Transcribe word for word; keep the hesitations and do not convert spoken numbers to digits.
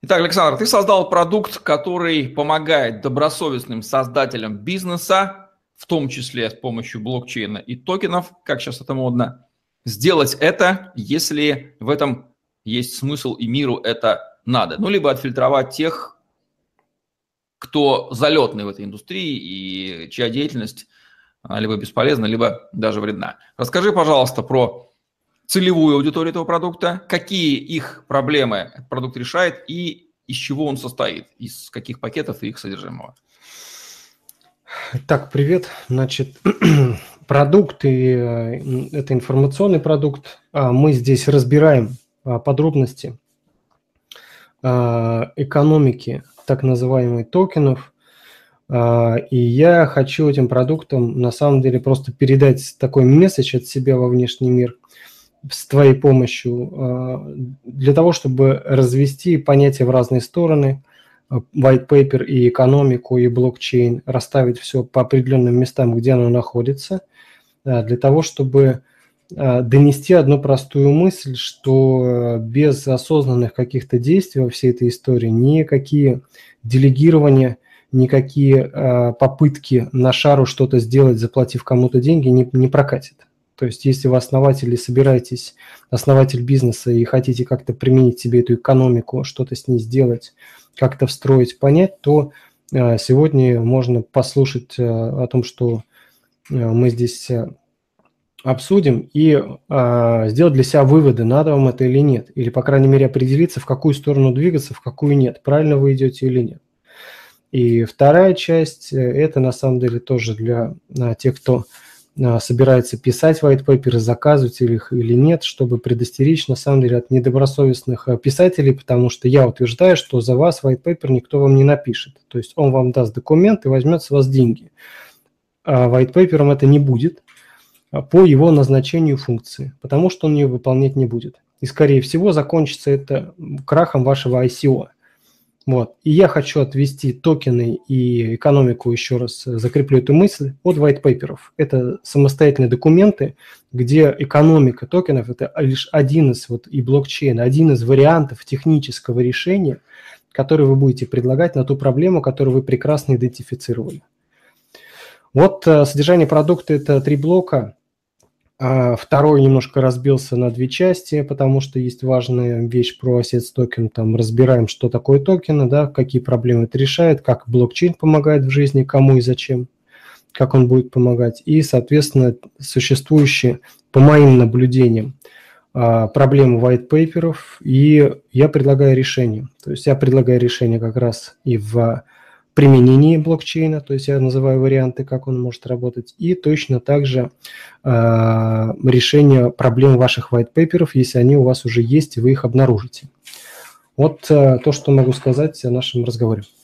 Итак, Александр, ты создал продукт, который помогает добросовестным создателям бизнеса, в том числе с помощью блокчейна и токенов, как сейчас это модно, сделать это, если в этом есть смысл и миру это надо. Ну, либо отфильтровать тех, кто залетный в этой индустрии и чья деятельность либо бесполезна, либо даже вредна. Расскажи, пожалуйста, про целевую аудиторию этого продукта, какие их проблемы этот продукт решает и из чего он состоит, из каких пакетов и их содержимого. Так, привет. Значит, продукт, и это информационный продукт. Мы здесь разбираем подробности экономики так называемых токенов. И я хочу этим продуктом на самом деле просто передать такой месседж от себя во внешний мир с твоей помощью для того, чтобы развести понятия в разные стороны, white paper и экономику, и блокчейн, расставить все по определенным местам, где оно находится, для того, чтобы донести одну простую мысль, что без осознанных каких-то действий во всей этой истории никакие делегирования, никакие попытки на шару что-то сделать, заплатив кому-то деньги, не, не прокатит. То есть если вы основатель или собираетесь, основатель бизнеса и хотите как-то применить себе эту экономику, что-то с ней сделать, как-то встроить, понять, то сегодня можно послушать о том, что мы здесь обсудим, и сделать для себя выводы, надо вам это или нет. Или, по крайней мере, определиться, в какую сторону двигаться, в какую нет. Правильно вы идете или нет. И вторая часть – это на самом деле тоже для тех, кто собирается писать white paper, заказывать их или нет, чтобы предостеречь на самом деле от недобросовестных писателей, потому что я утверждаю, что за вас white paper никто вам не напишет. То есть он вам даст документ и возьмет с вас деньги. А white paper это не будет по его назначению функции, потому что он ее выполнять не будет. И скорее всего закончится это крахом вашего ай си о. Вот. И я хочу отвести токены и экономику, еще раз закреплю эту мысль, от white paper. Это самостоятельные документы, где экономика токенов – это лишь один из, вот, и блокчейн, один из вариантов технического решения, который вы будете предлагать на ту проблему, которую вы прекрасно идентифицировали. Вот содержание продукта – это три блока. Второй немножко разбился на две части, потому что есть важная вещь про Assets токен. Там разбираем, что такое токены, да, какие проблемы это решает, как блокчейн помогает в жизни, кому и зачем, как он будет помогать. И, соответственно, существующие, по моим наблюдениям, проблемы white paper, и я предлагаю решение. То есть я предлагаю решение как раз и в применении блокчейна, то есть я называю варианты, как он может работать, и точно также э, решение проблем ваших white paper, если они у вас уже есть, и вы их обнаружите. Вот э, то, что могу сказать о нашем разговоре.